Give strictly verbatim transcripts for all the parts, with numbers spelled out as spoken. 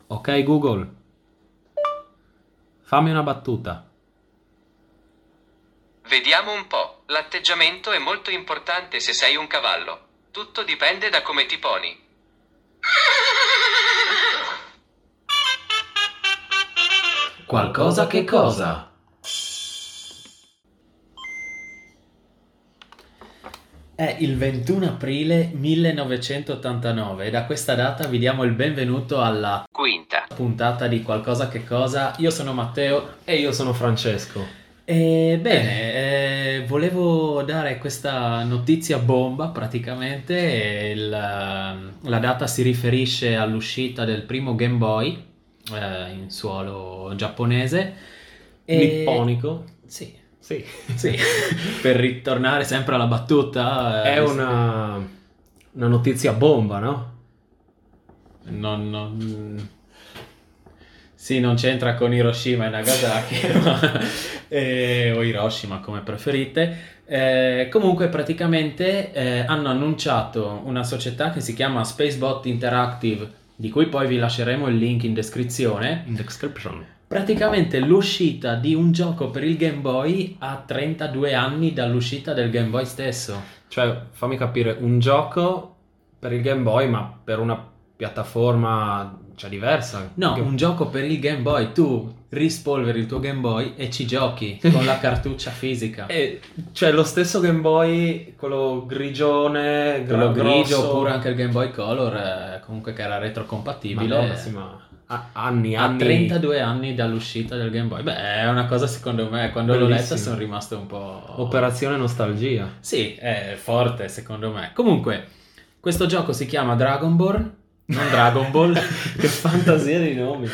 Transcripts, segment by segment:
Ok Google, fammi una battuta. Vediamo un po'. L'atteggiamento è molto importante se sei un cavallo. Tutto dipende da come ti poni. Qualcosa che cosa? È il ventuno aprile millenovecentottantanove e da questa data vi diamo il benvenuto alla Quinta. puntata di Qualcosa che cosa. Io sono Matteo. E io sono Francesco. E bene, eh, volevo dare questa notizia bomba praticamente. Il- la data si riferisce all'uscita del primo Game Boy eh, in suolo giapponese. E- Nipponico. Sì, Sì. sì. Per ritornare sempre alla battuta, eh, È una, una notizia bomba, no? non, non- Sì, non c'entra con Hiroshima e Nagasaki, ma- eh, o Hiroshima come preferite. Eh, comunque praticamente eh, hanno annunciato una società che si chiama Spacebot Interactive, di cui poi vi lasceremo il link in descrizione. In description. Praticamente l'uscita di un gioco per il Game Boy a trentadue anni dall'uscita del Game Boy stesso. Cioè, fammi capire, un gioco per il Game Boy, ma per una piattaforma, cioè, diversa. No, Che- un gioco per il Game Boy, tu rispolveri il tuo Game Boy e ci giochi con la cartuccia fisica. E, cioè, lo stesso Game Boy, quello grigione, Quello gra- grigio grosso. oppure anche il Game Boy Color, eh, comunque che era retrocompatibile. Madonna, sì, ma a- anni, A anni. trentadue anni dall'uscita del Game Boy. Beh, è una cosa secondo me, quando l'ho letta Bellissimo. sono rimasto un po'... Operazione nostalgia. Sì, è forte secondo me. Comunque, questo gioco si chiama Dragonborn, non Dragon Ball. Che fantasia di nomi.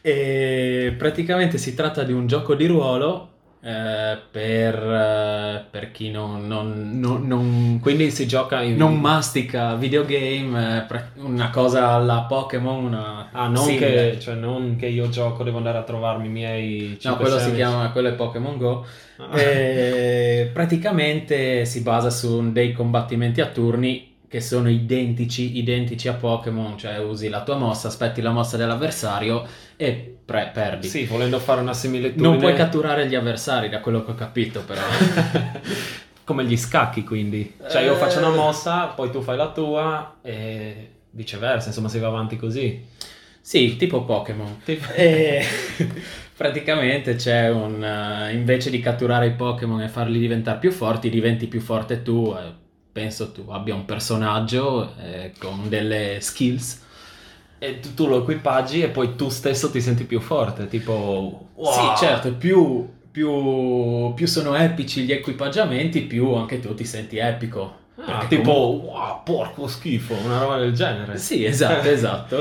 E praticamente si tratta di un gioco di ruolo eh, per, eh, per chi non, non- non- non- Quindi si gioca in... non mastica videogame, eh, pra- una cosa alla Pokémon, una Ah, non simile. che, cioè, non che io gioco, devo andare a trovarmi i miei No, cinque quello si sei chiama, quello è Pokémon Go. Ah. E praticamente si basa su dei combattimenti a turni che sono identici, identici a Pokémon, cioè usi la tua mossa, aspetti la mossa dell'avversario e pre- perdi. Sì, volendo fare una similitudine. Non puoi catturare gli avversari, da quello che ho capito, però. Come gli scacchi, quindi. Cioè, io Eh. faccio una mossa, poi tu fai la tua e viceversa, insomma, si va avanti così. Sì, tipo Pokémon. Tipo- E praticamente c'è un... eh, invece di catturare i Pokémon e farli diventare più forti, diventi più forte tu. eh, penso tu abbia un personaggio eh, con delle skills. E tu, tu lo equipaggi e poi tu stesso ti senti più forte, tipo... wow. Sì, certo, più, più, più sono epici gli equipaggiamenti, più anche tu ti senti epico. Ah, Perché tipo, comunque- wow, porco schifo, una roba del genere. Sì, esatto, esatto.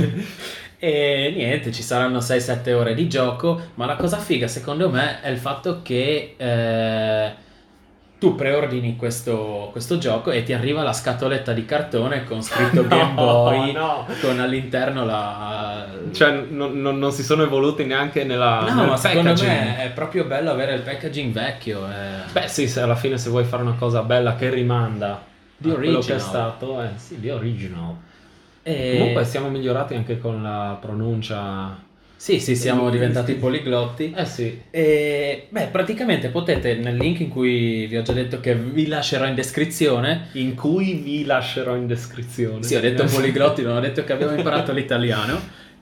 E niente, ci saranno sei sette ore di gioco, ma la cosa figa secondo me è il fatto che eh, tu preordini questo, questo gioco e ti arriva la scatoletta di cartone con scritto No, Game Boy, no. con all'interno la... Cioè, non, non- non si sono evoluti neanche nella, no, nel ma secondo packaging. me è proprio bello avere il packaging vecchio. eh. Beh, sì, se alla fine se vuoi fare una cosa bella che rimanda Di a quello che è original. stato, eh, sì, di original. E- Comunque siamo migliorati anche con la pronuncia. Sì, sì, siamo Eh, diventati sì. poliglotti. Eh sì. E, beh, praticamente potete, nel link in cui vi ho già detto che vi lascerò in descrizione, In cui vi lascerò in descrizione. sì, ho detto poliglotti, non ho detto che abbiamo imparato l'italiano,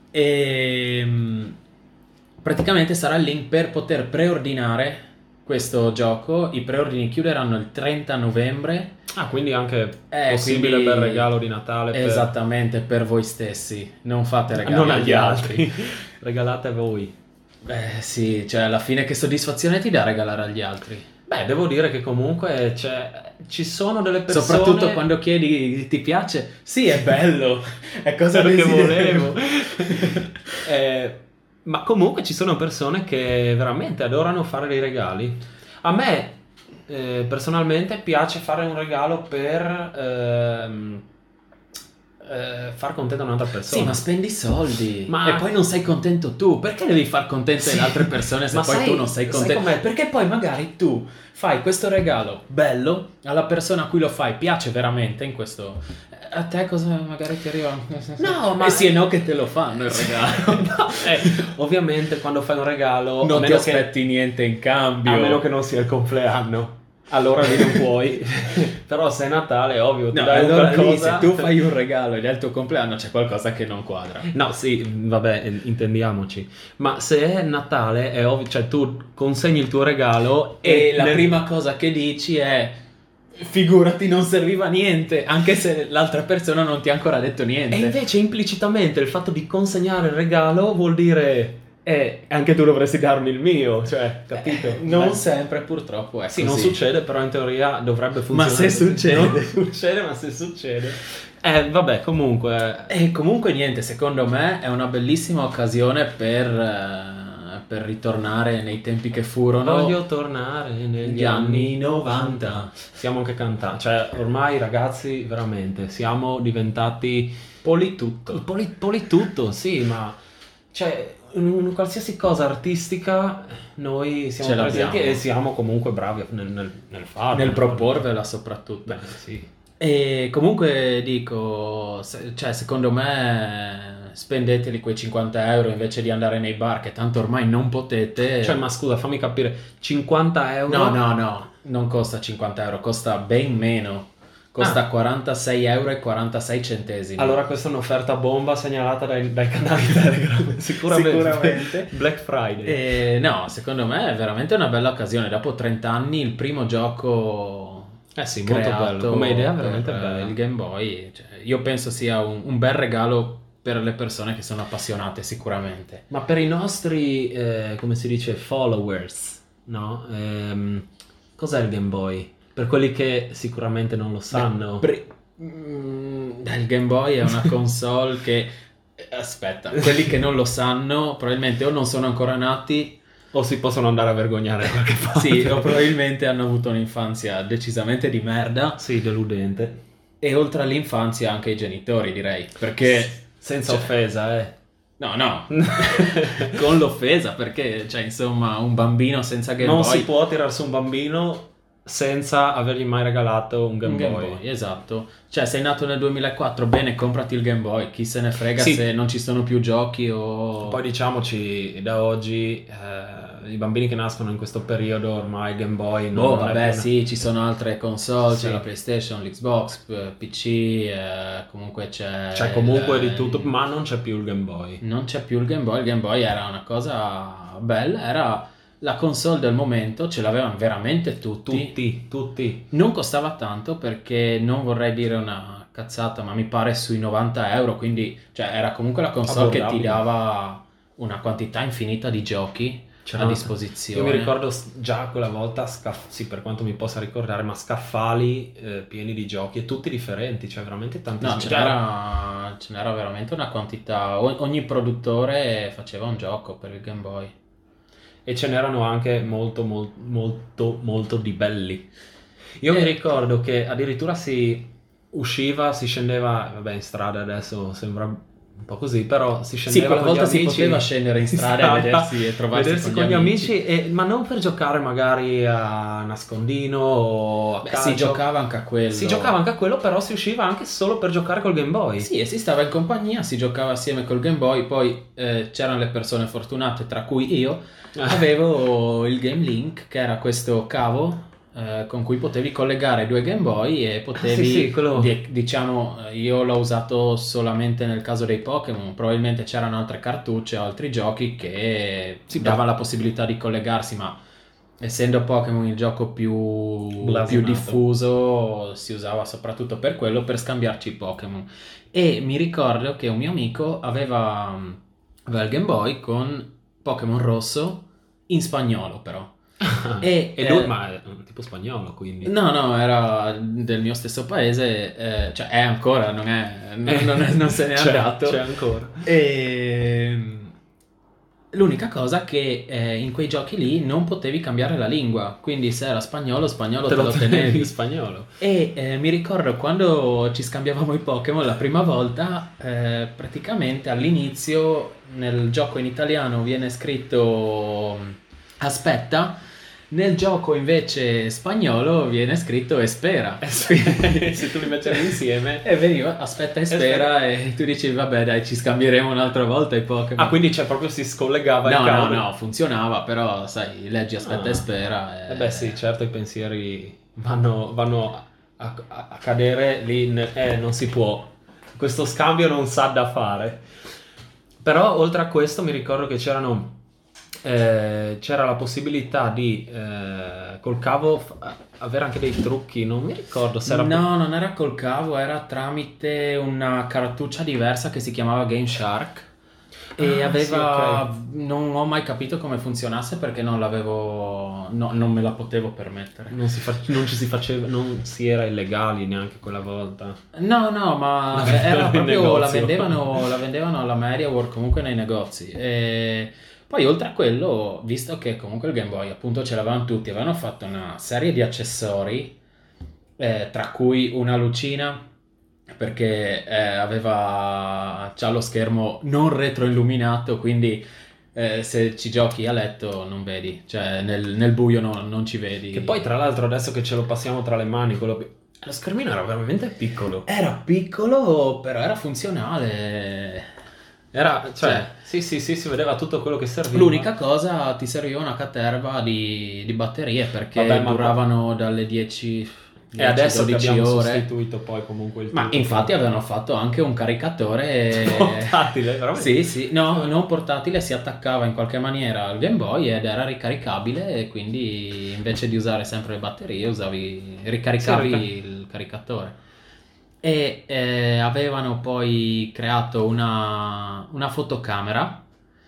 e mm, praticamente sarà il link per poter preordinare questo gioco. I preordini chiuderanno il trenta novembre. Ah, quindi anche Eh, possibile quindi- bel regalo di Natale per... Esattamente, per voi stessi, non fate regali non agli altri. Regalate a voi. Eh sì, cioè alla fine che soddisfazione ti dà regalare agli altri? Beh, devo dire che comunque c'è, ci sono delle persone... Soprattutto quando chiedi ti piace? Sì, è bello, è cosa Quello che desiderio. volevo. Eh, ma comunque ci sono persone che veramente adorano fare dei regali. A me eh, personalmente piace fare un regalo per ehm, eh, far contenta un'altra persona. Sì, ma spendi soldi Ma- e poi non sei contento tu. Perché devi far contente Sì. le altre persone se Ma poi sai- tu non sei sai contento? com'è? Perché poi magari tu fai questo regalo bello alla persona a cui lo fai, piace veramente in questo... A te cosa magari ti arriva? No, ma- E sì e no che te lo fanno il regalo. No, eh, ovviamente quando fai un regalo a Non ti meno che- aspetti niente in cambio. a meno che non sia il compleanno, allora lì non puoi. Però se è Natale, ovvio, ti No, dai un allora lì, qualcosa. se tu fai un regalo ed è il tuo compleanno c'è qualcosa che non quadra. No, sì, vabbè, eh, intendiamoci. Ma se è Natale, è ovvio, cioè tu consegni il tuo regalo E e la nel- prima cosa che dici è figurati, non serviva a niente, anche se l'altra persona non ti ha ancora detto niente. E invece implicitamente il fatto di consegnare il regalo vuol dire eh, anche tu dovresti darmi il mio, cioè, capito? Eh, non Beh, sempre purtroppo è sì, così. non succede, però in teoria dovrebbe Ma funzionare. se succede. Non succede, ma se succede. Eh, vabbè, comunque. E comunque niente, secondo me è una bellissima occasione per, eh, per ritornare nei tempi che furono. Voglio tornare negli Negli anni anni novanta. Stiamo anche cantando, cioè ormai ragazzi, veramente, siamo diventati Politutto. poli, politutto, sì, ma cioè in un- qualsiasi cosa artistica noi siamo Ce presenti l'abbiamo. e siamo comunque bravi nel, nel, nel farlo. Nel proporvela soprattutto. Beh, sì. E comunque dico, se- cioè secondo me spendeteli quei cinquanta euro invece di andare nei bar che tanto ormai non potete. Cioè, ma scusa, fammi capire, cinquanta euro? No, no, no, non costa cinquanta euro, costa ben meno. Costa Ah. quarantasei euro e quarantasei centesimi. Allora questa è un'offerta bomba segnalata dai, dai canali Telegram, sicuramente. Sicuramente. Black Friday. E, no, secondo me è veramente una bella occasione. Dopo trenta anni il primo gioco Eh sì, molto creato bello, come idea per, veramente eh, bella. il Game Boy, cioè, io penso sia un, un bel regalo per le persone che sono appassionate sicuramente. Ma per i nostri, eh, come si dice, followers, no? Ehm, cos'è il Game Boy? Per quelli che sicuramente non lo sanno. Pre- Mm, il Game Boy è una console che eh, aspetta, quelli che non lo sanno probabilmente o non sono ancora nati, O si possono andare a vergognare da qualche parte. sì, o probabilmente hanno avuto un'infanzia decisamente di merda. Sì, deludente. E oltre all'infanzia anche i genitori, direi, perché Senza cioè, offesa, eh. no, no, con l'offesa, perché cioè insomma un bambino senza Game non Boy si può tirare su un bambino senza avergli mai regalato un Game, un Game Boy. Boy, esatto. Cioè, sei nato nel duemilaquattro, bene, comprati il Game Boy. Chi se ne frega Sì. se non ci sono più giochi o... Poi diciamoci, da oggi eh, i bambini che nascono in questo periodo ormai il Game Boy non Oh, non è vabbè, più- sì, ci sono altre console, Sì. c'è la PlayStation, l'Xbox, P C, eh, comunque c'è... C'è comunque il- di tutto, ma non c'è più il Game Boy. Non c'è più il Game Boy, il Game Boy era una cosa bella, era la console del momento, ce l'avevano veramente tutti. Tutti, tutti. Non costava tanto perché non vorrei dire una cazzata, ma mi pare sui novanta euro, quindi cioè, era comunque la console che ti Abbordabile. dava una quantità infinita di giochi a C'erano- disposizione. Io mi ricordo s- già quella volta, scaff- sì, per quanto mi possa ricordare, ma scaffali eh, pieni di giochi e tutti differenti, cioè veramente tanti. No, ce n'era, ce n'era veramente una quantità, o- ogni produttore faceva un gioco per il Game Boy. E ce n'erano anche molto, mol- molto, molto di belli. Io mi Eh. ricordo che addirittura si usciva, si scendeva, vabbè, in strada adesso sembra un po' così, però si Sì, scendeva quella con gli volta si amici poteva scendere in strada a vedersi e trovarsi vedersi con gli amici. e- ma non per giocare magari a nascondino o a Beh, calcio. si giocava anche a quello. Si giocava anche a quello, però si usciva anche solo per giocare col Game Boy. Sì, e si stava in compagnia, si giocava assieme col Game Boy, poi eh, c'erano le persone fortunate, tra cui io, avevo il Game Link, che era questo cavo eh, con cui potevi collegare due Game Boy e potevi, Sì, sì, quello- di- diciamo, eh, io l'ho usato solamente nel caso dei Pokémon, probabilmente c'erano altre cartucce o altri giochi che Sì, davano la possibilità di collegarsi, ma essendo Pokémon il gioco più, Blasonato. più diffuso, si usava soprattutto per quello, per scambiarci i Pokémon. E mi ricordo che un mio amico aveva, aveva il Game Boy con Pokémon rosso in spagnolo però. e, E, lui, eh, ma è un tipo spagnolo, quindi. No, no, era del mio stesso paese, eh, cioè è ancora, non è, non, non è- non se n'è C'è- andato. C'è ancora. E L'unica cosa che eh, in quei giochi lì non potevi cambiare la lingua, quindi se era spagnolo, spagnolo te, te lo tenevi in spagnolo. E eh, mi ricordo quando ci scambiavamo i Pokémon la prima volta, eh, praticamente all'inizio nel gioco in italiano viene scritto aspetta, nel gioco invece spagnolo viene scritto espera. Se tu li mettevi insieme e veniva aspetta espera, espera e tu dici vabbè dai ci scambieremo un'altra volta i Pokémon. Ah, quindi cioè proprio si scollegava no, il cavo? No, no, funzionava, però sai, leggi aspetta ah. espera. E... Eh beh sì, certo i pensieri vanno, vanno a, a, a cadere lì, nel... eh non si può, questo scambio non sa da fare. Però oltre a questo mi ricordo che c'erano Eh, c'era la possibilità di eh, col cavo f- avere anche dei trucchi, non mi ricordo se era no, non era col cavo, era tramite una cartuccia diversa che si chiamava Game Shark e ah, aveva sì, okay. Non ho mai capito come funzionasse perché non l'avevo no, non me la potevo permettere, non, si fa- non ci si faceva, non si era illegali neanche quella volta, no no ma la era proprio la negozio. vendevano la vendevano alla MediaWorld, comunque nei negozi. E poi oltre a quello, visto che comunque il Game Boy appunto ce l'avevano tutti, avevano fatto una serie di accessori, eh, tra cui una lucina, perché eh, aveva già lo schermo non retroilluminato, quindi eh, se ci giochi a letto non vedi, cioè nel, nel buio no, non ci vedi. Che poi tra l'altro adesso che ce lo passiamo tra le mani, quello che... lo schermino era veramente piccolo. Era piccolo, però era funzionale. Era, cioè, cioè, sì, sì, sì, si vedeva tutto quello che serviva. L'unica cosa, ti serviva una caterva di, di batterie perché Vabbè, duravano ma... dalle dieci, e adesso che abbiamo ore. sostituito poi comunque il ma infatti che... avevano fatto anche un caricatore portatile, veramente? Sì, sì, no, non portatile, si attaccava in qualche maniera al Game Boy ed era ricaricabile e quindi invece di usare sempre le batterie usavi, ricaricavi sì, ricar- il caricatore. E eh, avevano poi creato una, una fotocamera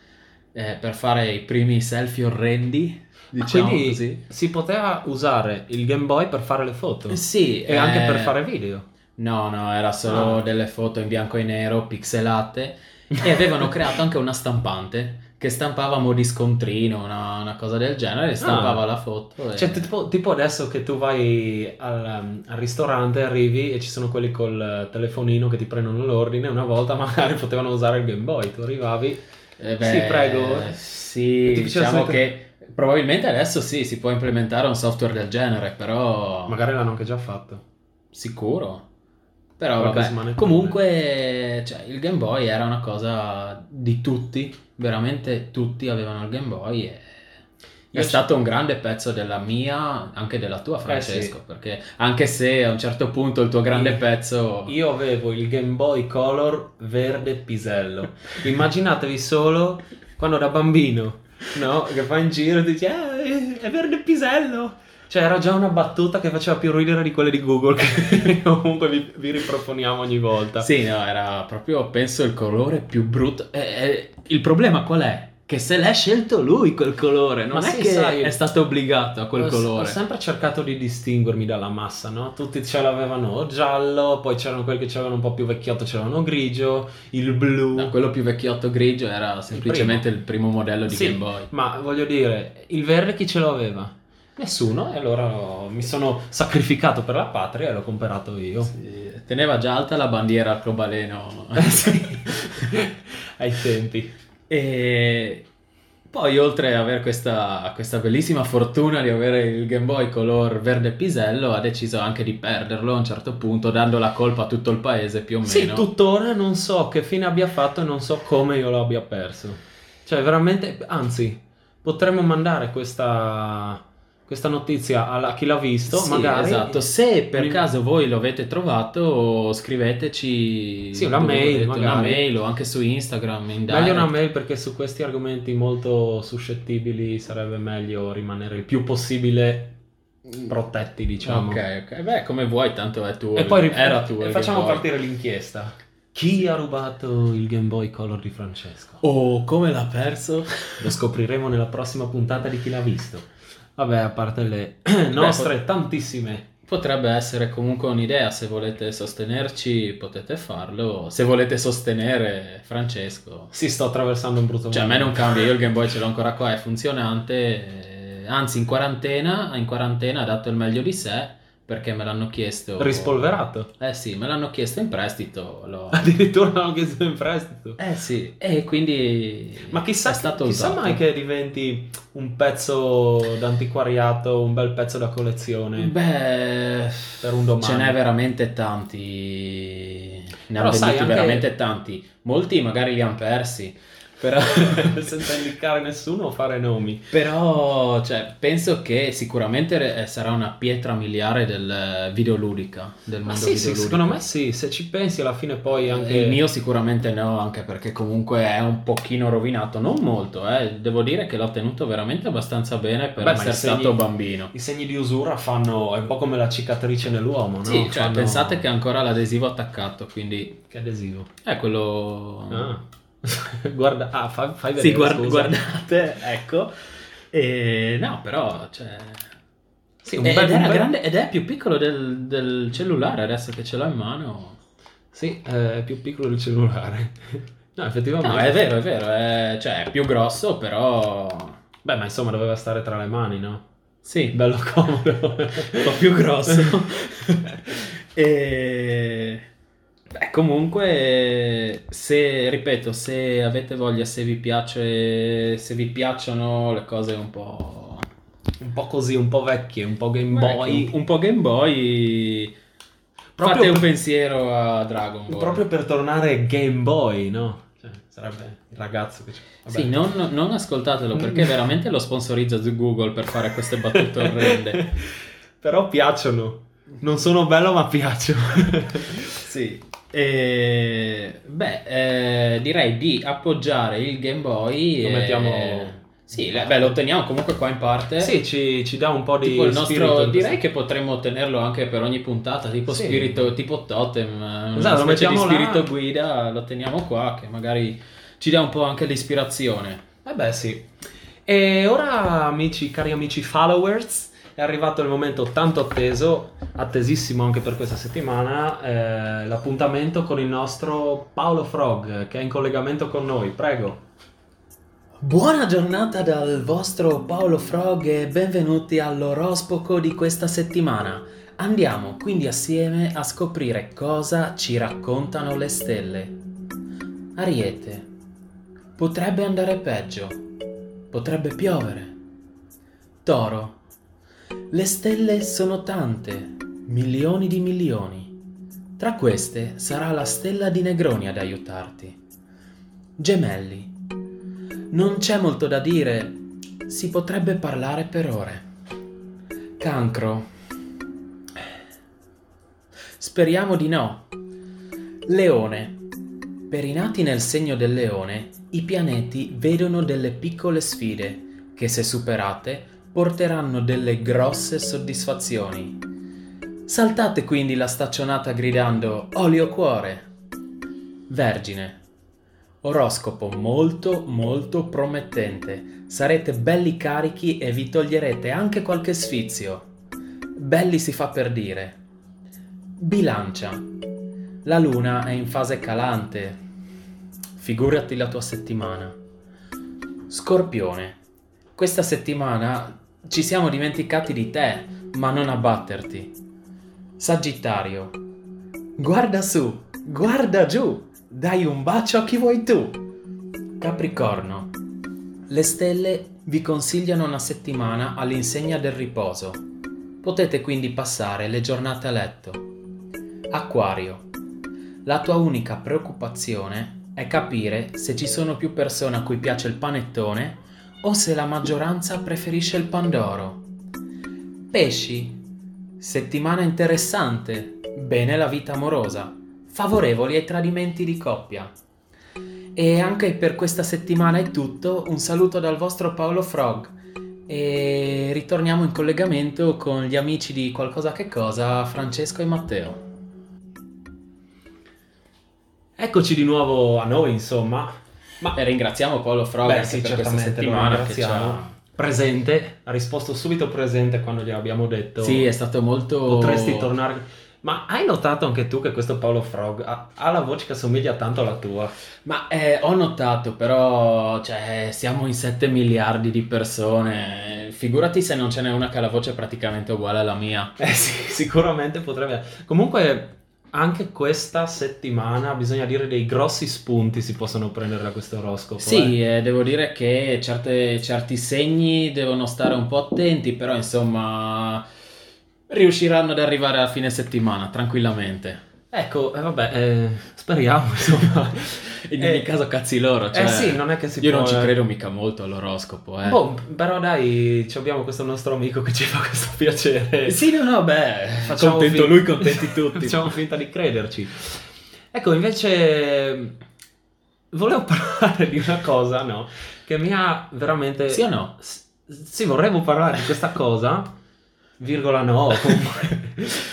eh, per fare i primi selfie orrendi, diciamo quindi così. Si poteva usare il Game Boy per fare le foto? Sì. E eh, anche per fare video? No, no, era solo ah. delle foto in bianco e nero, pixelate, e avevano creato anche una stampante che stampava a mo' di scontrino, una, una cosa del genere, e stampava ah. la foto. E... Cioè, tipo, tipo adesso che tu vai al, al ristorante, arrivi e ci sono quelli col telefonino che ti prendono l'ordine, una volta magari potevano usare il Game Boy, tu arrivavi, eh beh, sì, prego. Sì, diciamo che probabilmente adesso sì, si può implementare un software del genere, però... Magari l'hanno anche già fatto. Sicuro. Però vabbè, comunque cioè, il Game Boy era una cosa di tutti, veramente tutti avevano il Game Boy e è stato un grande pezzo della mia, anche della tua, Francesco, eh sì. Perché anche se a un certo punto il tuo grande io, pezzo... Io avevo il Game Boy Color verde pisello, immaginatevi solo quando da bambino, no? Che fa in giro e dici ah, è verde pisello! Cioè era già una battuta che faceva più ridere di quelle di Google che comunque vi, vi riproponiamo ogni volta. Sì, no, era proprio, penso, il colore più brutto. Eh, eh, il problema qual è? Che se l'è scelto lui quel colore, non Ma è sì, che sai, è stato obbligato a quel ho, colore. Ho sempre cercato di distinguermi dalla massa, no? Tutti ce l'avevano giallo, poi c'erano quelli che c'erano un po' più vecchiotto, c'erano grigio, il blu. No, quello più vecchiotto grigio era semplicemente il primo, il primo modello di sì, Game Boy. Ma voglio dire, il verde chi ce lo aveva? Nessuno, e allora mi sono sacrificato per la patria e l'ho comprato io. Sì, teneva già alta la bandiera arcobaleno ai tempi. E poi oltre ad avere questa, questa bellissima fortuna di avere il Game Boy color verde pisello, ha deciso anche di perderlo a un certo punto, dando la colpa a tutto il paese più o meno. Sì, tuttora non so che fine abbia fatto e non so come io lo abbia perso. Cioè veramente, anzi, potremmo mandare questa... questa notizia a chi l'ha visto, sì, magari. Esatto, se per mi... caso voi lo avete trovato, scriveteci sì, una mail, volete, una mail o anche su Instagram. In meglio una mail perché su questi argomenti molto suscettibili sarebbe meglio rimanere il più possibile protetti, diciamo. Ok, ok, beh, come vuoi, tanto è tuo. E poi era tuo. E facciamo partire l'inchiesta. Chi ha rubato il Game Boy Color di Francesco? Oh, come l'ha perso? Lo scopriremo nella prossima puntata di Chi l'ha visto. Vabbè, a parte le nostre Beh, tantissime potrebbe essere comunque un'idea. Se volete sostenerci potete farlo, se volete sostenere Francesco. Sì, sto attraversando un brutto Cioè a me momento. non cambia, io il Game Boy ce l'ho ancora qua, è funzionante, eh, anzi in quarantena, in quarantena ha dato il meglio di sé perché me l'hanno chiesto. Rispolverato. Eh sì, me l'hanno chiesto in prestito. L'ho... Addirittura l'hanno chiesto in prestito. Eh sì, e quindi Ma chissà, è stato chissà usato. mai che diventi un pezzo d'antiquariato, un bel pezzo da collezione. Beh, Per un domani. ce n'è veramente tanti, ne Però hanno sai, venduti anche- veramente tanti, molti magari li hanno persi, però... Senza indicare nessuno o fare nomi. Però, cioè, penso che sicuramente eh, sarà una pietra miliare del videoludica, del Ma mondo sì, sì, videoludico. secondo me sì, se ci pensi alla fine poi anche... Il mio sicuramente no, anche perché comunque è un pochino rovinato, non molto, eh. Devo dire che l'ho tenuto veramente abbastanza bene per Beh, ma essere i segni- stato bambino. I segni di usura fanno... è un po' come la cicatrice nell'uomo, no? Sì, cioè, Fanno- pensate che ha ancora l'adesivo attaccato, quindi Che adesivo. è quello... Ah. Guarda, ah, fai, fai vedere, Sì, guard- scusa. guardate, ecco. E no, però, cioè... Sì, un ed, bel- è un la bel- grande- ed è più piccolo del, del cellulare adesso che ce l'ho in mano. Sì, è più piccolo del cellulare. No, effettivamente. No, è vero, è vero, è, cioè è più grosso, però... Beh, ma insomma doveva stare tra le mani, no? Sì, Bello comodo. un po' più grosso. E... Beh, comunque, se, ripeto, se avete voglia, se vi piace, se vi piacciono le cose un po'... Un po' così, un po' vecchie, un po' Game Ecco, Boy. un, un po' Game Boy, Proprio fate un per- pensiero a Dragon Ball. Proprio per tornare Game Boy, no? Cioè, sarebbe il ragazzo che c'è. Vabbè. Sì, non, non ascoltatelo perché veramente lo sponsorizza su Google per fare queste battute orrende. Però piacciono. Non sono bello, ma piacciono. Sì. E... Beh, eh, direi di appoggiare il Game Boy. Lo e- mettiamo- Sì, le- beh, lo teniamo comunque qua in parte. Sì, ci, ci dà un po' di Tipo il spirito nostro, in direi questo- che potremmo tenerlo anche per ogni puntata, tipo Sì. spirito, tipo totem, una Esatto, lo specie di mettiamo là. spirito guida, lo teniamo qua che magari ci dà un po' anche l'ispirazione. Eh beh, sì. E ora, amici, cari amici followers, è arrivato il momento tanto atteso, attesissimo anche per questa settimana, eh, l'appuntamento con il nostro Paolo Frog, che è in collegamento con noi. Prego. Buona giornata dal vostro Paolo Frog e benvenuti all'oroscopo di questa settimana. Andiamo quindi assieme a scoprire cosa ci raccontano le stelle. Ariete. Potrebbe andare peggio. Potrebbe piovere. Toro. Le stelle sono tante, milioni di milioni. Tra queste sarà la stella di Negroni ad aiutarti. Gemelli. Non c'è molto da dire, si potrebbe parlare per ore. Cancro. Speriamo di no. Leone. Per i nati nel segno del leone, i pianeti vedono delle piccole sfide che, se superate, porteranno delle grosse soddisfazioni. Saltate quindi la staccionata gridando "Olio cuore". Vergine. Oroscopo molto molto promettente. Sarete belli carichi e vi toglierete anche qualche sfizio. Belli si fa per dire. Bilancia. La luna è in fase calante. Figurati la tua settimana. Scorpione. Questa settimana ci siamo dimenticati di te, ma non abbatterti. Sagittario. Guarda su, guarda giù. Dai un bacio a chi vuoi tu. Capricorno. Le stelle vi consigliano una settimana all'insegna del riposo. Potete quindi passare le giornate a letto. Acquario. La tua unica preoccupazione è capire se ci sono più persone a cui piace il panettone o se la maggioranza preferisce il pandoro. Pesci. Settimana interessante. Bene la vita amorosa. Favorevoli ai tradimenti di coppia. E anche per questa settimana è tutto. Un saluto dal vostro Paolo Frog e ritorniamo in collegamento con gli amici di Qualcosa che Cosa, Francesco e Matteo. Eccoci di nuovo a noi, insomma. Ma E ringraziamo Paolo Frog Beh, anche sì, per questa certamente, lo settimana che ci ringraziamo. ha presente, ha risposto subito presente quando gli abbiamo detto Sì, è stato molto... potresti tornare. Ma hai notato anche tu che questo Paolo Frog ha, ha la voce che assomiglia tanto alla tua? Ma eh, ho notato, però, cioè, siamo in sette miliardi di persone, figurati se non ce n'è una che ha la voce praticamente uguale alla mia. Eh sì, sicuramente potrebbe. Comunque anche questa settimana bisogna dire dei grossi spunti si possono prendere da questo oroscopo. Sì, eh. eh, devo dire che certe- certi segni devono stare un po' attenti, però insomma riusciranno ad arrivare a fine settimana tranquillamente. Ecco, eh, vabbè, eh, speriamo insomma. In ogni Eh, caso cazzi loro, cioè, eh sì, non è che si io può, non ci eh. credo mica molto all'oroscopo, eh. Boh, però dai, ci abbiamo questo nostro amico che ci fa questo piacere. Sì, no, no, beh, Facciamo contento fin- lui, contenti tutti. Facciamo finta di crederci. Ecco, invece volevo parlare di una cosa, no? Che mi ha veramente... Sì o no? S- Sì, vorrevo parlare di questa cosa, virgola no, comunque,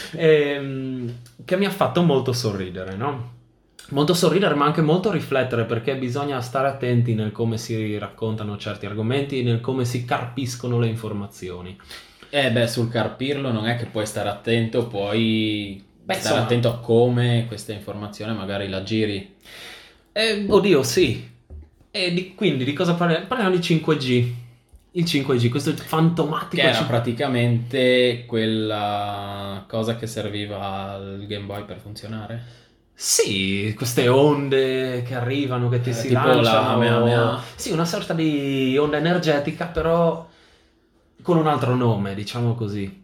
ehm, che mi ha fatto molto sorridere, no? Molto sorridere, ma anche molto riflettere, perché bisogna stare attenti nel come si raccontano certi argomenti, nel come si carpiscono le informazioni. Eh beh, sul carpirlo non è che puoi stare attento, puoi Beh, stare insomma- attento a come questa informazione magari la giri. Eh, oddio, sì. E di- quindi di cosa parliamo? Parliamo di cinque G. Il cinque G, questo fantomatico Che era cinque G. praticamente quella cosa che serviva al Game Boy per funzionare. Sì, queste onde che arrivano, che ti Eh, si tipo la lanciano. mea mea. Sì, una sorta di onda energetica, però con un altro nome, diciamo così.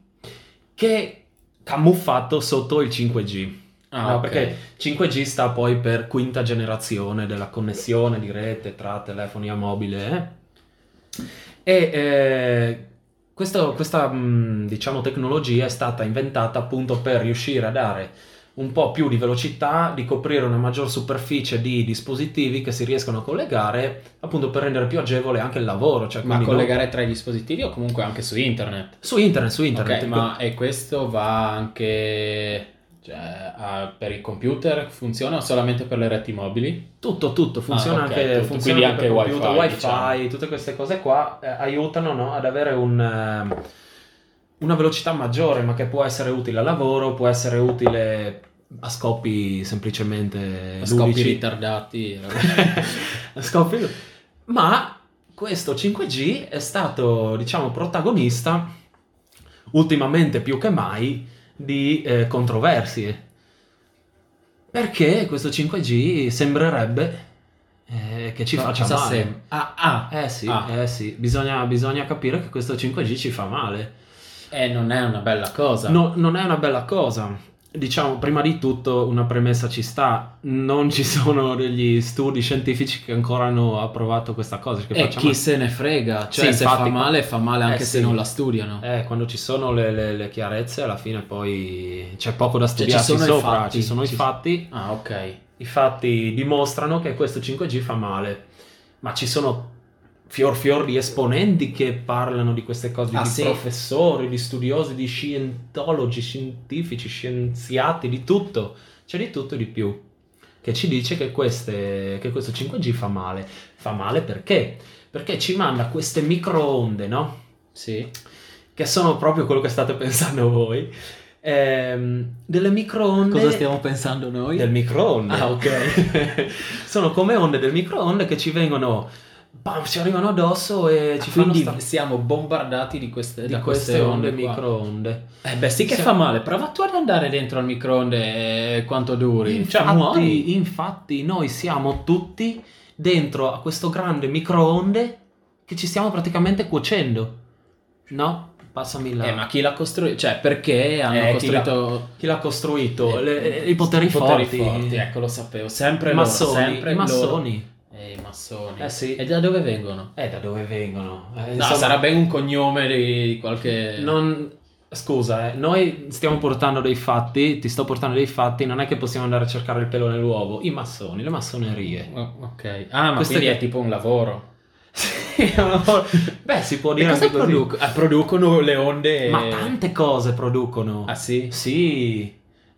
Che camuffato sotto il cinque G. Ah, No, ok. perché cinque G sta poi per quinta generazione della connessione di rete tra telefonia mobile. eh. E eh, questo- questa mh, diciamo tecnologia è stata inventata appunto per riuscire a dare un po' più di velocità, di coprire una maggior superficie di dispositivi che si riescono a collegare, appunto per rendere più agevole anche il lavoro. Cioè, Ma quindi non- collegare tra i dispositivi o comunque anche su internet? su internet, su internet. Ok, ma e questo va anche cioè, a- per il computer? Funziona o solamente per le reti mobili? Tutto, tutto, funziona Ah, ok, anche, tutto. funziona Quindi anche per anche computer, wifi, wifi, diciamo. tutte queste cose qua eh, aiutano, no, ad avere un, ehm, una velocità maggiore, ma che può essere utile al lavoro, può essere utile a scopi semplicemente A scopi ludici. ritardati. A scopi... Ma questo cinque G è stato, diciamo, protagonista ultimamente più che mai di eh, controversie. Perché questo cinque G sembrerebbe eh, che ci faccia Cosa male. sem- Ah, ah, Eh sì, ah. eh sì, bisogna, bisogna capire che questo cinque G ci fa male. Eh, non è una bella cosa. No, non è una bella cosa. Diciamo, prima di tutto una premessa ci sta, non ci sono degli studi scientifici che ancora hanno approvato questa cosa. Che E faccia chi male. se ne frega, cioè Sì, se infatti, fa male fa male anche eh, se sì. non la studiano. Eh, quando ci sono le, le- le chiarezze, alla fine poi c'è poco da Cioè, ci studiarci sono i sopra. fatti. Ci sono i Ci- fatti. Ah, ok. I fatti dimostrano che questo cinque G fa male, ma ci sono fior fior di esponenti che parlano di queste cose, Ah, di sì? professori, di studiosi, di scientologi, scientifici, scienziati, di tutto. C'è di tutto e di più. Che ci dice che, queste, che questo cinque G fa male. Fa male perché? Perché ci manda queste microonde, no? Sì. Che sono proprio quello che state pensando voi. Ehm, delle microonde... Cosa stiamo pensando noi? Del microonde. Ah, ok. Sono come onde del microonde che ci vengono, bam, ci arrivano addosso e ci fanno Quindi sta- siamo bombardati di queste, di da queste onde qua. microonde. Eh beh, sì che Sì. fa male. Prova tu ad andare dentro al microonde e quanto duri. Cioè, muori. Infatti, infatti noi siamo tutti dentro a questo grande microonde che ci stiamo praticamente cuocendo. No? Passami la... Eh, ma chi l'ha costruito? Cioè, perché hanno Eh, chi l'ha- costruito... Chi l'ha costruito? Eh, Le- i poteri, i poteri forti. forti, ecco, lo sapevo. Sempre I loro, massoni. sempre I loro. massoni. Eh, i massoni. Eh, sì. E da dove vengono? Eh, da dove vengono? Eh, No, insomma, sarà ben un cognome di qualche... Non... Scusa, eh, noi stiamo portando dei fatti, ti sto portando dei fatti, non è che possiamo andare a cercare il pelo nell'uovo. I massoni, le massonerie. Oh, ok. Ah, ma Questo quindi è- è tipo un lavoro. Sì, è un lavoro- Beh, si può E dire cosa anche così. produc- ah, producono le onde... Ma tante cose producono. Ah, sì? Sì.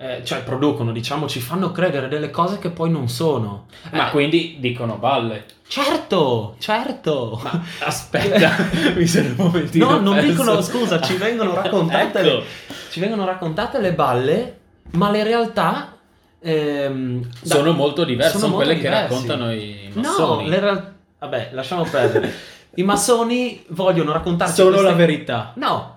eh, cioè producono, diciamo, ci fanno credere delle cose che poi non sono. Ma Eh, quindi dicono balle. certo, certo. Ma aspetta, mi sono un momentino No, non perso. dicono, scusa, ci vengono raccontate, Ecco. le, ci vengono raccontate le balle, ma le realtà ehm, da- Sono molto diverse, sono, sono molto quelle che diversi. raccontano i No, massoni. le real- vabbè, lasciamo perdere. I massoni vogliono raccontarci Sono queste- la verità. No.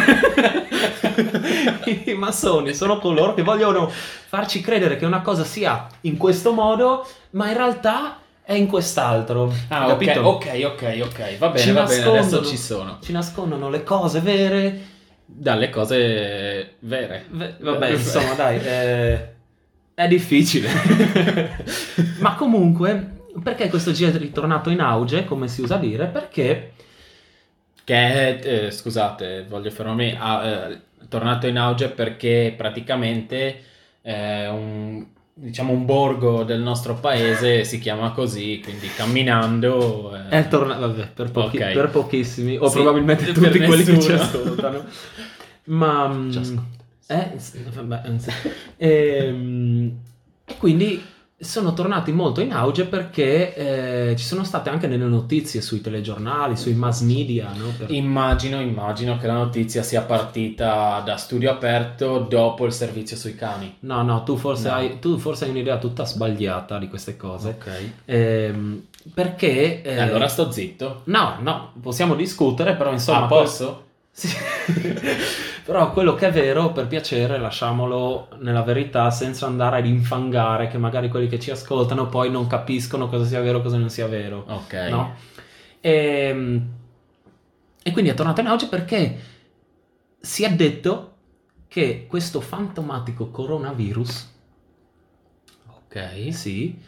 I massoni sono coloro che vogliono farci credere che una cosa sia in questo modo, ma in realtà è in quest'altro. Ah, Hai ok, capito? ok, ok, ok. Va bene, Ci va bene, adesso nascondono- ci sono. Ci nascondono le cose vere. Dalle cose vere. V- vabbè, insomma, dai, eh, è difficile. Ma comunque, perché questo G è ritornato in auge, come si usa dire? Perché Che è, eh, scusate, voglio fermarmi, ah, eh, è tornato in auge perché praticamente eh, un, diciamo un borgo del nostro paese si chiama così, quindi camminando... eh, è tornato, vabbè, per, pochi- Ok. per pochissimi, o Sì, probabilmente per tutti quelli che ci nessuno. ascoltano. Ma... mm, Ci ascolta. eh, sì, vabbè, anzi. Ehm, e quindi sono tornati molto in auge perché eh, ci sono state anche delle notizie sui telegiornali, sui mass media, no? Per- Immagino, immagino che la notizia sia partita da Studio Aperto dopo il servizio sui cani. No, no, tu forse, No. Hai, tu forse hai un'idea tutta sbagliata di queste cose. Ok. Ehm, perché... eh, E allora sto zitto. No, no, possiamo discutere, però insomma... Ah, posso? Sì. Però quello che è vero, per piacere, lasciamolo nella verità senza andare ad infangare che magari quelli che ci ascoltano poi non capiscono cosa sia vero e cosa non sia vero. Ok. No? E, e quindi è tornato in auge perché si è detto che questo fantomatico coronavirus, Ok. sì,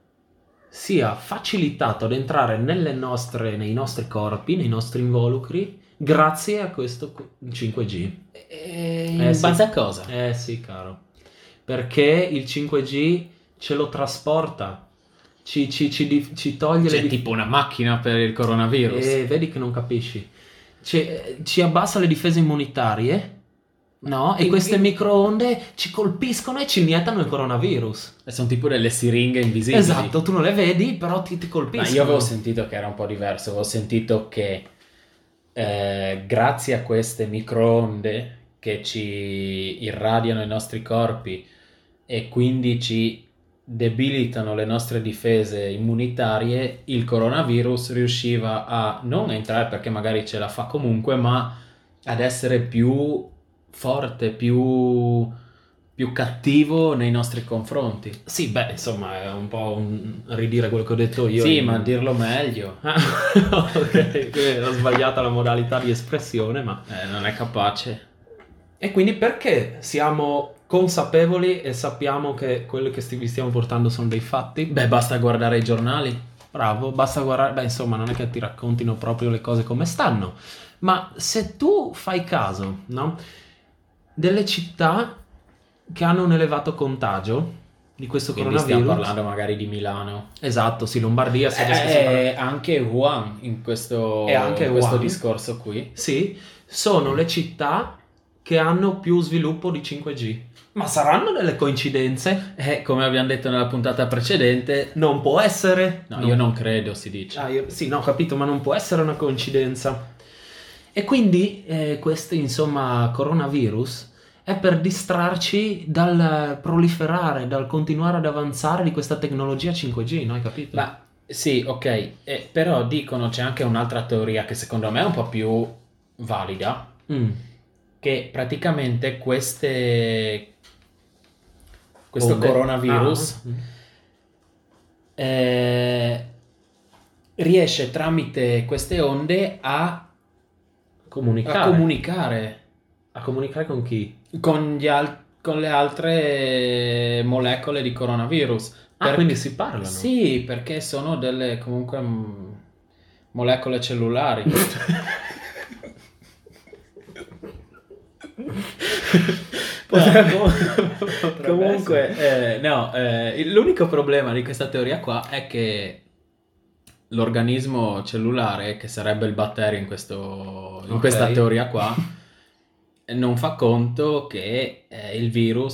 sia facilitato ad entrare nelle nostre, nei nostri corpi, nei nostri involucri, grazie a questo cinque G. E in Eh, sì. base a cosa? Eh sì, caro. Perché il cinque G ce lo trasporta, ci, ci, ci, di- ci toglie Cioè, le dif- tipo una macchina per il coronavirus. Eh, vedi che non capisci. Ci, ci abbassa le difese immunitarie, no? E In- queste in- microonde ci colpiscono e ci iniettano il coronavirus. E sono tipo delle siringhe invisibili. Esatto, tu non le vedi, però ti, ti Ma colpiscono. io avevo sentito che era un po' diverso. Avevo sentito che eh, grazie a queste microonde che ci irradiano i nostri corpi e quindi ci debilitano le nostre difese immunitarie, il coronavirus riusciva a non entrare perché magari ce la fa comunque, ma ad essere più forte, più, più cattivo nei nostri confronti. Sì, beh, insomma, è un po' un ridire quello che ho detto io. Sì, in- ma dirlo meglio. Ah, ok, ho sbagliata la modalità di espressione, ma... Eh, non è capace. E quindi perché siamo consapevoli e sappiamo che quelli che sti- vi stiamo portando sono dei fatti? Beh, basta guardare i giornali. Bravo, basta guardare, beh, insomma, non è che ti raccontino proprio le cose come stanno, ma se tu fai caso, no? Delle città che hanno un elevato contagio di questo Quindi stiamo coronavirus. parlando magari di Milano. Esatto, sì, Lombardia, si riesce a Eh, separare- anche Wuhan in questo, E anche in questo Wuhan. discorso qui. Sì, sono le città che hanno più sviluppo di cinque G. Ma saranno delle coincidenze? Eh, come abbiamo detto nella puntata precedente, Non può essere. no, io non credo, si dice. Ah, io- sì, no, ho capito, ma non può essere una coincidenza. E quindi eh, questo, insomma, coronavirus è per distrarci dal proliferare, dal continuare ad avanzare di questa tecnologia cinque G, no? Hai capito? Ma sì, ok, eh, però dicono c'è anche un'altra teoria che secondo me è un po' più valida, Mm. che praticamente queste questo Onde. coronavirus Ah, mm. eh, riesce tramite queste onde a, Comunicare. a comunicare A comunicare con chi? con, gli al- con le altre molecole di coronavirus. Ah, Per- quindi si parlano. Sì, perché sono delle comunque mm, molecole cellulari. Potrebbe- Potrebbe Comunque, eh, no, eh, l'unico problema di questa teoria qua è che l'organismo cellulare, che sarebbe il batterio in, questo, in Ok. questa teoria qua, non fa conto che eh, il virus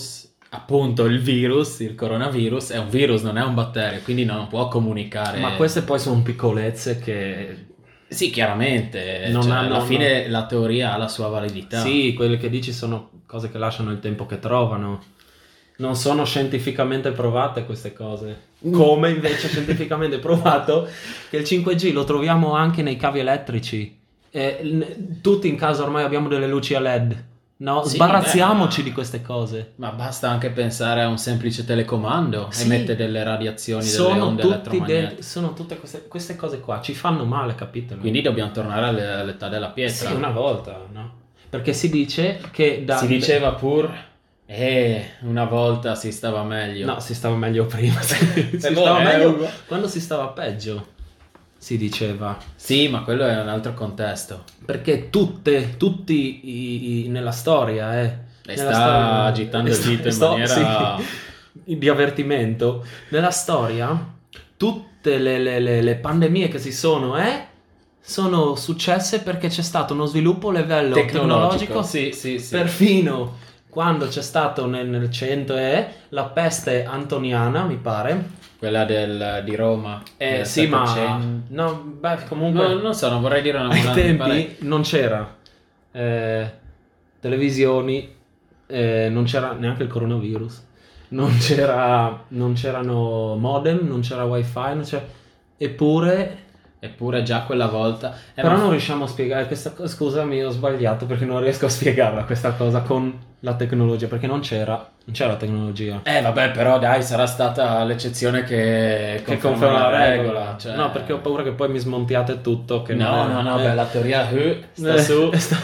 appunto il virus, il coronavirus, è un virus, non è un batterio, quindi non può comunicare. Ma queste poi sono piccolezze che... Sì, chiaramente, Non cioè, hanno- alla fine la teoria ha la sua validità. Sì, quelle che dici sono cose che lasciano il tempo che trovano. Non sono scientificamente provate queste cose. Come invece è scientificamente provato che il cinque G lo troviamo anche nei cavi elettrici. E n- tutti in casa ormai abbiamo delle luci a L E D. No, Sì, sbarazziamoci beh, ma- di queste cose. Ma basta anche pensare a un semplice telecomando, Sì. emette delle radiazioni, delle Sono, onde tutti elettromagnetiche. de- sono tutte queste, queste cose qua, ci fanno male, capitelo? Quindi dobbiamo tornare alle- all'età della pietra. Sì, una volta, no? Perché si dice che da... Si diceva pur, eh, una volta si stava meglio. No, si stava meglio prima. si Eh, stava boh, meglio eh, quando si stava peggio, si diceva. Sì, ma quello è un altro contesto. Perché tutte, tutti i, i- nella storia, eh. E nella sta agitando il sto- dito in sto- maniera- sì, di avvertimento. Nella storia, tutte le, le- le- le pandemie che si sono, eh, sono successe perché c'è stato uno sviluppo a livello tecnologico, Sì, sì, sì. perfino quando c'è stato nel, nel cento e la peste antoniana, mi pare. Quella del, di Roma. Eh, del sì, ma settecento. no, beh, comunque No, non so, non vorrei dire una ai buona- mi pare- tempi non c'era eh, televisioni, eh, non c'era neanche il coronavirus, non c'era, non c'erano modem, non c'era wifi, non c'era... eppure Eppure già quella volta. Eh, però ma- non riusciamo a spiegare questa cosa. Scusami, ho sbagliato perché non riesco a spiegarla questa cosa con la tecnologia, perché non c'era, non c'era tecnologia. Eh vabbè, però dai, sarà stata l'eccezione che Che conferma conferma la la regola. regola. cioè- No, perché ho paura che poi mi smontiate tutto. Che No, non è- no, no, eh. beh, la teoria eh, sta Eh, su. sta-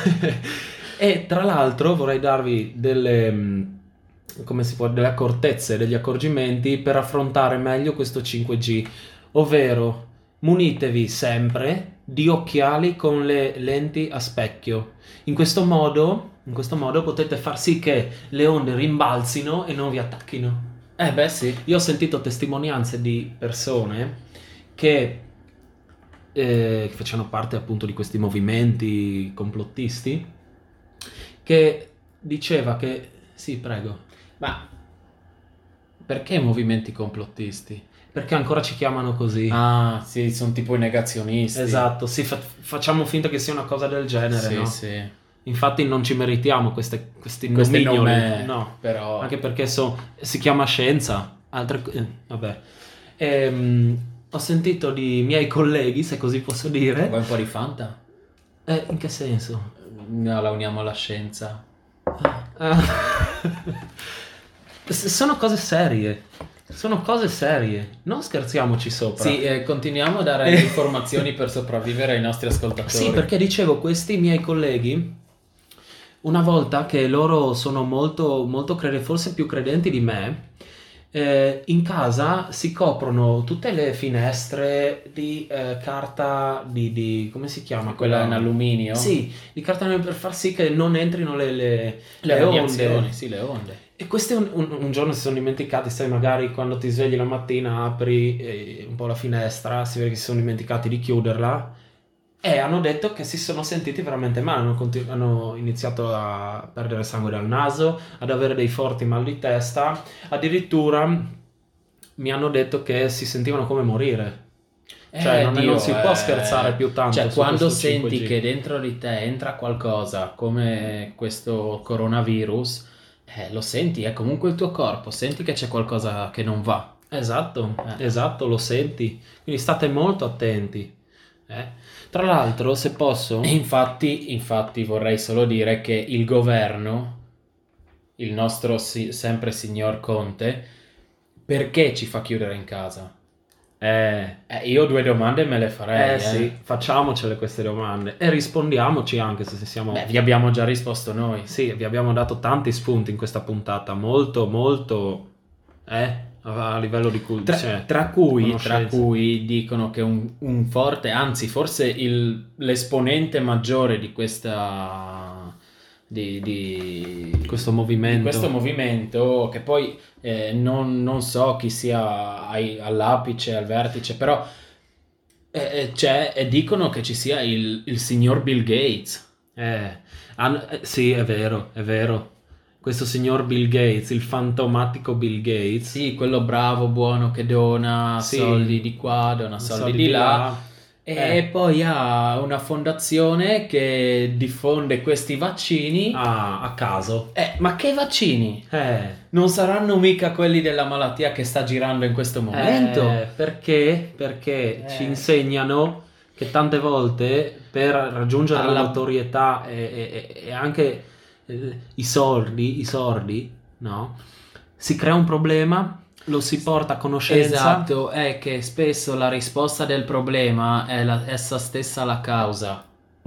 E tra l'altro vorrei darvi delle, mh, come si può, delle accortezze, degli accorgimenti per affrontare meglio questo cinque G, ovvero munitevi sempre di occhiali con le lenti a specchio. In questo modo, in questo modo potete far sì che le onde rimbalzino e non vi attacchino. Eh beh sì. Io ho sentito testimonianze di persone che, eh, che facevano parte appunto di questi movimenti complottisti, che diceva che... Sì, prego. Ma perché movimenti complottisti? Perché ancora ci chiamano così. Ah, sì, sono tipo i negazionisti. Esatto, sì, fa- facciamo finta che sia una cosa del genere, Sì, no? sì. Infatti non ci meritiamo queste, questi Questi nomignoli, nome, no. però... Anche perché so- si chiama scienza, altre, eh, vabbè. Ehm, ho sentito di miei colleghi, se così posso dire. Vuoi un po' di Fanta? Eh, in che senso? No, la uniamo alla scienza. Ah. S- sono cose serie, sono cose serie, non scherziamoci sopra. Sì, eh, continuiamo a dare Eh. informazioni per sopravvivere ai nostri ascoltatori. Sì, perché dicevo, questi miei colleghi, una volta che loro sono molto, molto credenti, forse più credenti di me, eh, in casa si coprono tutte le finestre di eh, carta di, di- come si chiama? Quella in alluminio? Sì, di carta per far sì che non entrino le, le, Le le radiazioni, onde. sì, le onde. E questi un, un- un giorno si sono dimenticati, sai, magari quando ti svegli la mattina apri eh, un po' la finestra, si vede che si sono dimenticati di chiuderla e hanno detto che si sono sentiti veramente male, hanno, continu- hanno iniziato a perdere sangue dal naso, ad avere dei forti mal di testa, addirittura mi hanno detto che si sentivano come morire. Cioè, non, Dio, non si può eh, scherzare più tanto Cioè, su quando questo senti cinque G. che dentro di te entra qualcosa come questo coronavirus, eh, lo senti, è comunque il tuo corpo, senti che c'è qualcosa che non va. Esatto, Eh. esatto, lo senti. Quindi state molto attenti. eh. Tra l'altro, se posso... E infatti, infatti vorrei solo dire che il governo, il nostro si- sempre signor Conte, perché ci fa chiudere in casa? Eh, Eh, io due domande me le farei. eh eh. sì, facciamocele queste domande e rispondiamoci anche se siamo... Beh, vi abbiamo già risposto noi. Sì, vi abbiamo dato tanti spunti in questa puntata, molto, molto... Eh, a livello di cultura. Tra, tra cui, tra conoscenza. cui dicono che un, un forte, anzi forse il, l'esponente maggiore di questa di, di, Questo movimento. di questo movimento, che poi eh, non, non so chi sia ai- all'apice, al vertice, però eh, eh, c'è, e dicono che ci sia il, il signor Bill Gates. Eh, han- eh, sì, è vero, è vero. questo signor Bill Gates, il fantomatico Bill Gates. Sì, quello bravo, buono che dona Sì. soldi di qua, dona soldi, di là. E Eh. poi ha una fondazione che diffonde questi vaccini. Ah, a caso. Eh, ma che vaccini? Eh, Non saranno mica quelli della malattia che sta girando in questo momento? eh, perché? Perché Eh. ci insegnano che tante volte per raggiungere la Alla- notorietà e, e- e anche eh, i sordi, i sordi, no? Si crea un problema, lo si porta a conoscenza. Esatto, è che spesso la risposta del problema è la, essa stessa la causa.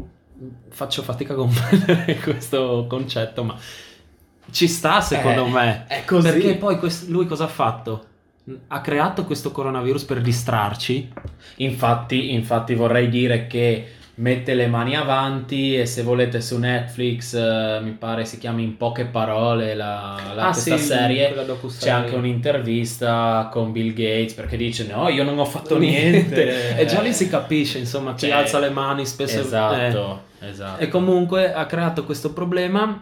Faccio fatica a comprendere questo concetto, ma ci sta secondo Eh, me. è così. Perché poi quest- lui cosa ha fatto? Ha creato questo coronavirus per distrarci. Infatti, infatti vorrei dire che mette le mani avanti e se volete su Netflix, eh, mi pare si chiami In poche parole la, la- Ah, questa sì, serie, quella c'è docuserie. anche un'intervista con Bill Gates perché dice no, io non ho fatto niente. E già lì si capisce, insomma, chi Cioè, alza le mani spesso. Esatto, esatto. eh. E comunque ha creato questo problema.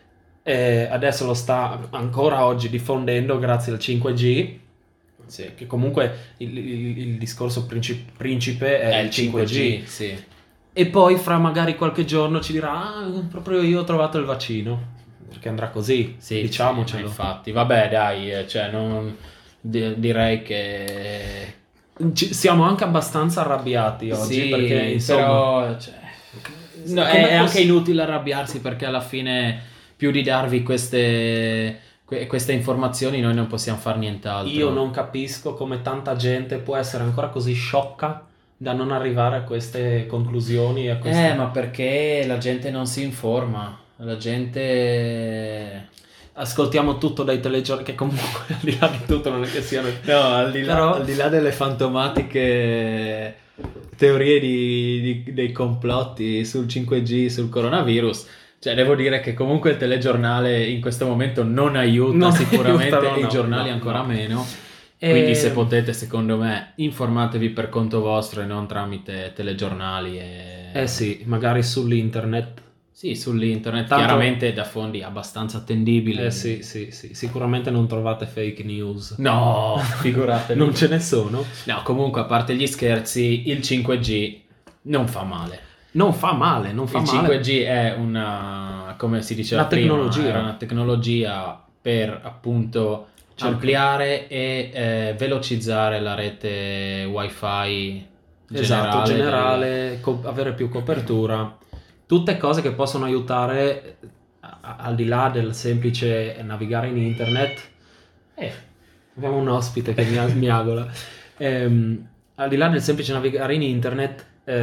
E adesso lo sta ancora oggi diffondendo grazie al cinque G. Sì. Che comunque il, il- il discorso princi- principe è, È il il cinque G. cinque G, sì. E poi fra magari qualche giorno ci dirà ah, proprio io ho trovato il vaccino, perché andrà così, Sì, diciamocelo. sì, ma infatti, vabbè, dai, eh, cioè, non, di- direi che Ci- siamo anche abbastanza arrabbiati oggi, sì, perché insomma però, cioè, no, Com'è è, è poss- anche inutile arrabbiarsi perché alla fine più di darvi queste, que- queste informazioni noi non possiamo fare nient'altro. io non capisco come tanta gente può essere ancora così sciocca da non arrivare a queste conclusioni. A queste... Eh, ma perché la gente non si informa, la gente... Ascoltiamo tutto dai telegiornali, che comunque al di là di tutto non è che siano... No, al di là, Però- al di là delle fantomatiche teorie di, di- dei complotti sul cinque G, sul coronavirus, cioè devo dire che comunque il telegiornale in questo momento non aiuta, Non sicuramente aiuta, no, e i no, giornali no, ancora no. meno. E- Quindi se potete, secondo me, informatevi per conto vostro e non tramite telegiornali e... Eh sì, magari sull'internet. Sì, sull'internet, Tanto- chiaramente da fonti abbastanza attendibili. Eh sì, sì, sì, sicuramente non trovate fake news. No, figuratevi. Non ce ne sono. No, comunque, a parte gli scherzi, il cinque G non fa male. Non fa male, non fa Il male. cinque G è una, come si diceva Una prima, tecnologia. era una tecnologia per appunto Certo. ampliare e eh, velocizzare la rete wifi generale. Esatto, del- generale, co- avere più copertura. Tutte cose che possono aiutare a- a- al di là del semplice navigare in internet. Eh, abbiamo un ospite che mi, miagola. Ehm, al di là del semplice navigare in internet,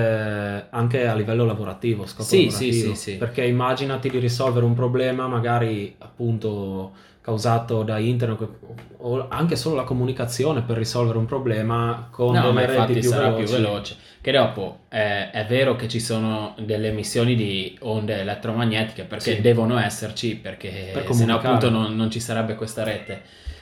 eh, anche a livello lavorativo, scopo Sì, lavorativo. sì, sì, sì. Perché immaginati di risolvere un problema magari appunto causato da internet o anche solo la comunicazione per risolvere un problema con No, ma delle infatti reti più sarà veloci. più veloce. Che dopo eh, è vero che ci sono delle emissioni di onde elettromagnetiche perché Sì. devono esserci, perché Per se no comunicare. appunto non, non ci sarebbe questa rete.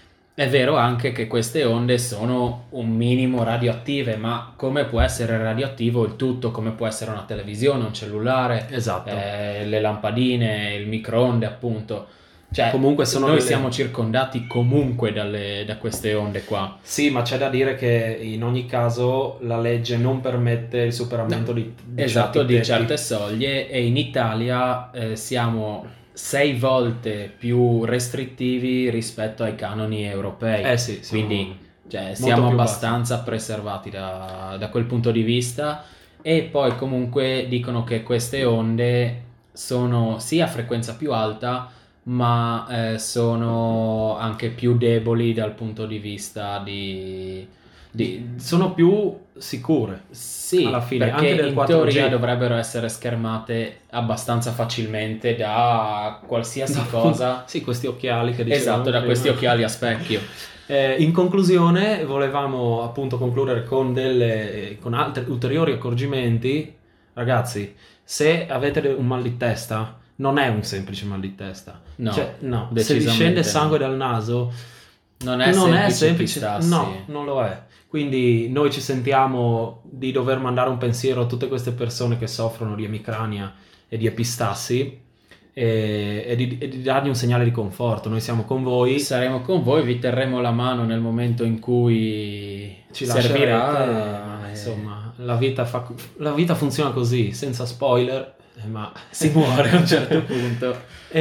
È vero anche che queste onde sono un minimo radioattive, ma come può essere radioattivo il tutto? Come può essere una televisione, un cellulare, Esatto. eh, le lampadine, il microonde appunto. Cioè, Comunque sono noi delle- siamo circondati comunque dalle- da queste onde qua. Sì, ma c'è da dire che in ogni caso la legge non permette il superamento No, di, di Esatto, certi di tetti. certe soglie e in Italia eh, siamo sei volte più restrittivi rispetto ai canoni europei. Eh sì, siamo Quindi cioè, molto siamo più abbastanza preservati da, da quel punto di vista e poi comunque dicono che queste onde sono sì a frequenza più alta ma eh, sono anche più deboli dal punto di vista di... di sono più sicure. sì, Alla fine, perché anche del in quattro G. teoria dovrebbero essere schermate abbastanza facilmente da qualsiasi Da- cosa. Sì, questi occhiali che dicevamo Esatto, da prima. questi occhiali a specchio. Eh, in conclusione, volevamo appunto concludere con delle con altri ulteriori accorgimenti. Ragazzi, se avete un mal di testa, non è un semplice mal di testa. No, Cioè, no. Se vi decisamente scende no. sangue dal naso, Non è non semplice, è semplice. pistarsi. No, non lo è. Quindi noi ci sentiamo di dover mandare un pensiero a tutte queste persone che soffrono di emicrania e di epistassi. e, e, di, e di dargli un segnale di conforto. Noi siamo con voi, saremo con voi, vi terremo la mano nel momento in cui ci servirà. lascerete, ma, insomma, la vita, fa, la vita funziona così, senza spoiler, eh, ma si muore a un certo punto.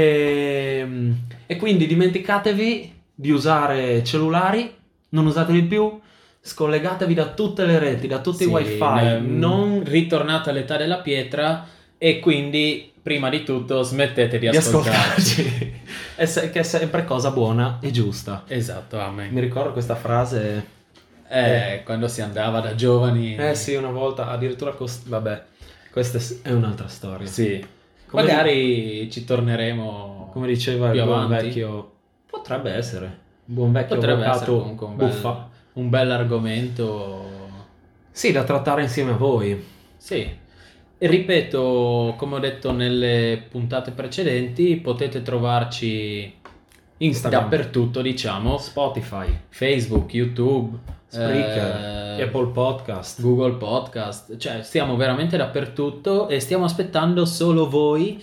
E, e quindi dimenticatevi di usare cellulari, non usateli più, scollegatevi da tutte le reti, da tutti Sì, i wifi, n- non ritornate all'età della pietra e quindi prima di tutto smettete di di ascoltarci. ascoltarci. È se- che è sempre cosa buona e giusta. Esatto, amen. Mi ricordo questa frase, Eh, quando si andava da giovani. eh sì, una volta addirittura cost- vabbè, questa è- è un'altra storia. Sì. Come Magari ci torneremo. Come diceva più il buon avanti. vecchio, potrebbe essere un buon vecchio Potrebbe essere avvocato comunque un bel, buffa. un bel argomento. Sì, da trattare insieme a voi. Sì. E ripeto, come ho detto nelle puntate precedenti, potete trovarci Instagram, dappertutto, diciamo. Spotify, Facebook, YouTube, Spreaker, eh, Apple Podcast. Google Podcast, cioè stiamo veramente dappertutto e stiamo aspettando solo voi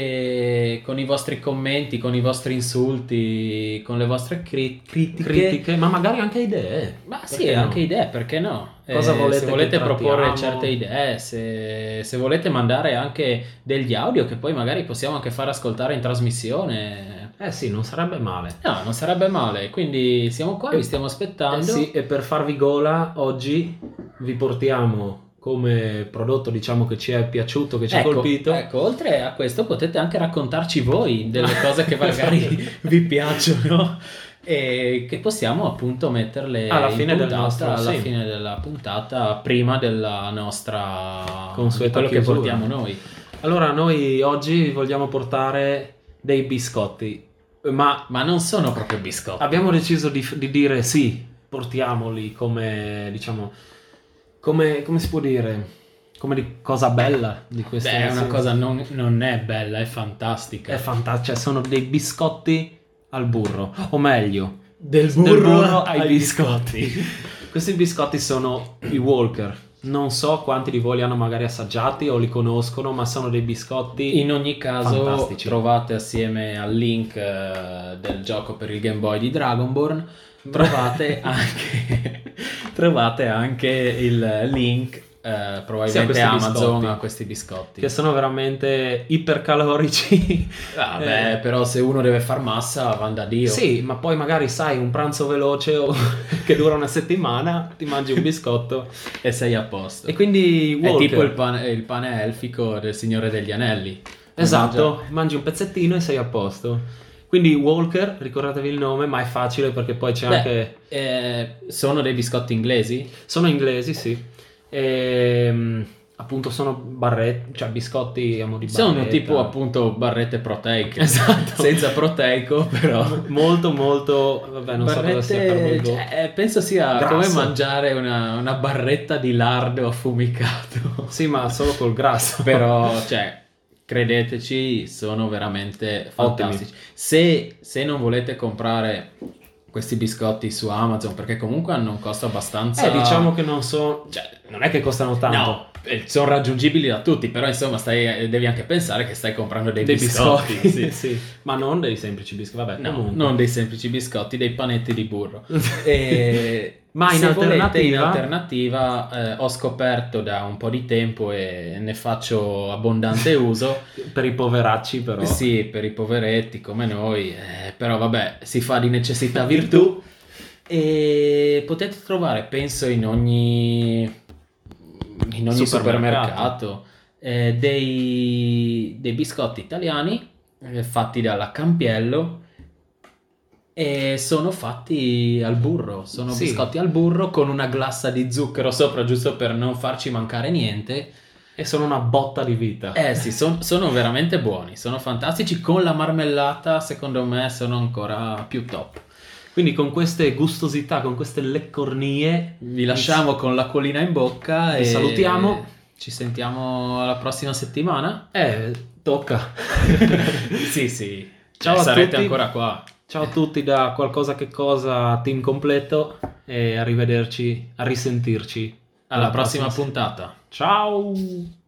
che con i vostri commenti, con i vostri insulti, con le vostre cri- critiche, Critiche, ma magari anche idee. ma sì, Perché no? anche idee, perché no? Cosa Eh, volete se volete che proporre trattiamo? certe idee, se, se volete mandare anche degli audio che poi magari possiamo anche far ascoltare in trasmissione, Eh sì, non sarebbe male. no, non sarebbe male. Quindi siamo qua, vi stiamo aspettando. Eh sì, e per farvi gola oggi vi portiamo come prodotto, diciamo, che ci è piaciuto, che ci Ecco, ha colpito. ecco, oltre a questo potete anche raccontarci voi delle cose che magari vi piacciono e che possiamo appunto metterle Alla in fine del puntata, nostro- alla sì. fine della puntata, prima della nostra Consueta di quello che chiusura. portiamo noi. Allora, noi oggi vi vogliamo portare dei biscotti, ma Ma non sono proprio biscotti. abbiamo deciso di, di dire sì, portiamoli come, diciamo, come, come si può dire, come di cosa bella di questa. Beh, è una sì. cosa non, non è bella, è fantastica. È fantastico, cioè sono dei biscotti al burro, o meglio, Del del burro ai biscotti. Questi biscotti sono i Walker. Non so quanti di voi li hanno magari assaggiati o li conoscono, ma sono dei biscotti In ogni caso fantastici. trovate assieme al link eh, del gioco per il Game Boy di Dragonborn, trovate anche, trovate anche il link, eh, probabilmente questi Amazon biscotti. a questi biscotti. che sono veramente ipercalorici. Vabbè, Eh, però se uno deve far massa, van da Dio. Sì, ma poi magari sai un pranzo veloce o che dura una settimana, ti mangi un biscotto E sei a posto. e quindi È Walker. tipo il pane, il pane elfico del Signore degli Anelli. Esatto, mangi un pezzettino e sei a posto. Quindi Walker, ricordatevi il nome, ma è facile perché poi c'è Beh, anche... eh, sono dei biscotti inglesi? Sono inglesi, sì. Ehm, appunto sono barrette, cioè biscotti a mo' di Sono barretta. tipo appunto barrette proteiche. Esatto. Senza proteico, però. Molto molto... Vabbè, non so cosa sia per voi. boh. cioè, eh, penso sia Grasso. come mangiare una, una barretta di lardo affumicato. Sì, ma solo col grasso. Però, cioè, credeteci, sono veramente Ottimi. fantastici. Se, se non volete comprare questi biscotti su Amazon, perché comunque hanno un costo abbastanza... Eh, diciamo che non so... Cioè, non è che costano tanto. no, eh, sono raggiungibili da tutti, però insomma stai, devi anche pensare che stai comprando dei, Dei biscotti. biscotti, sì. sì. Ma non dei semplici biscotti, vabbè, No, comunque. non dei semplici biscotti, dei panetti di burro. E Ma in se volete, alternativa- in alternativa eh, ho scoperto da un po' di tempo e ne faccio abbondante uso. Per i poveracci, però. Sì, per i poveretti come noi, eh, però vabbè, si fa di necessità virtù. E potete trovare, penso, in ogni, in ogni Supermercato. supermercato, eh, dei, dei biscotti italiani eh, fatti dalla Campiello e sono fatti al burro. Sono Sì. biscotti al burro con una glassa di zucchero sopra, giusto per non farci mancare niente. E sono una botta di vita. Eh sì, son- sono veramente buoni, sono fantastici. Con la marmellata, secondo me, sono ancora più top. Quindi con queste gustosità, con queste leccornie, Vi lasciamo con l'acquolina in bocca Vi e salutiamo. Ci sentiamo la prossima settimana. Eh, tocca. Sì, sì. Ciao Cioè, a sarete tutti. ancora qua. Ciao a tutti da Qualcosa che cosa, team completo, e arrivederci, a risentirci Alla prossima puntata. Ciao!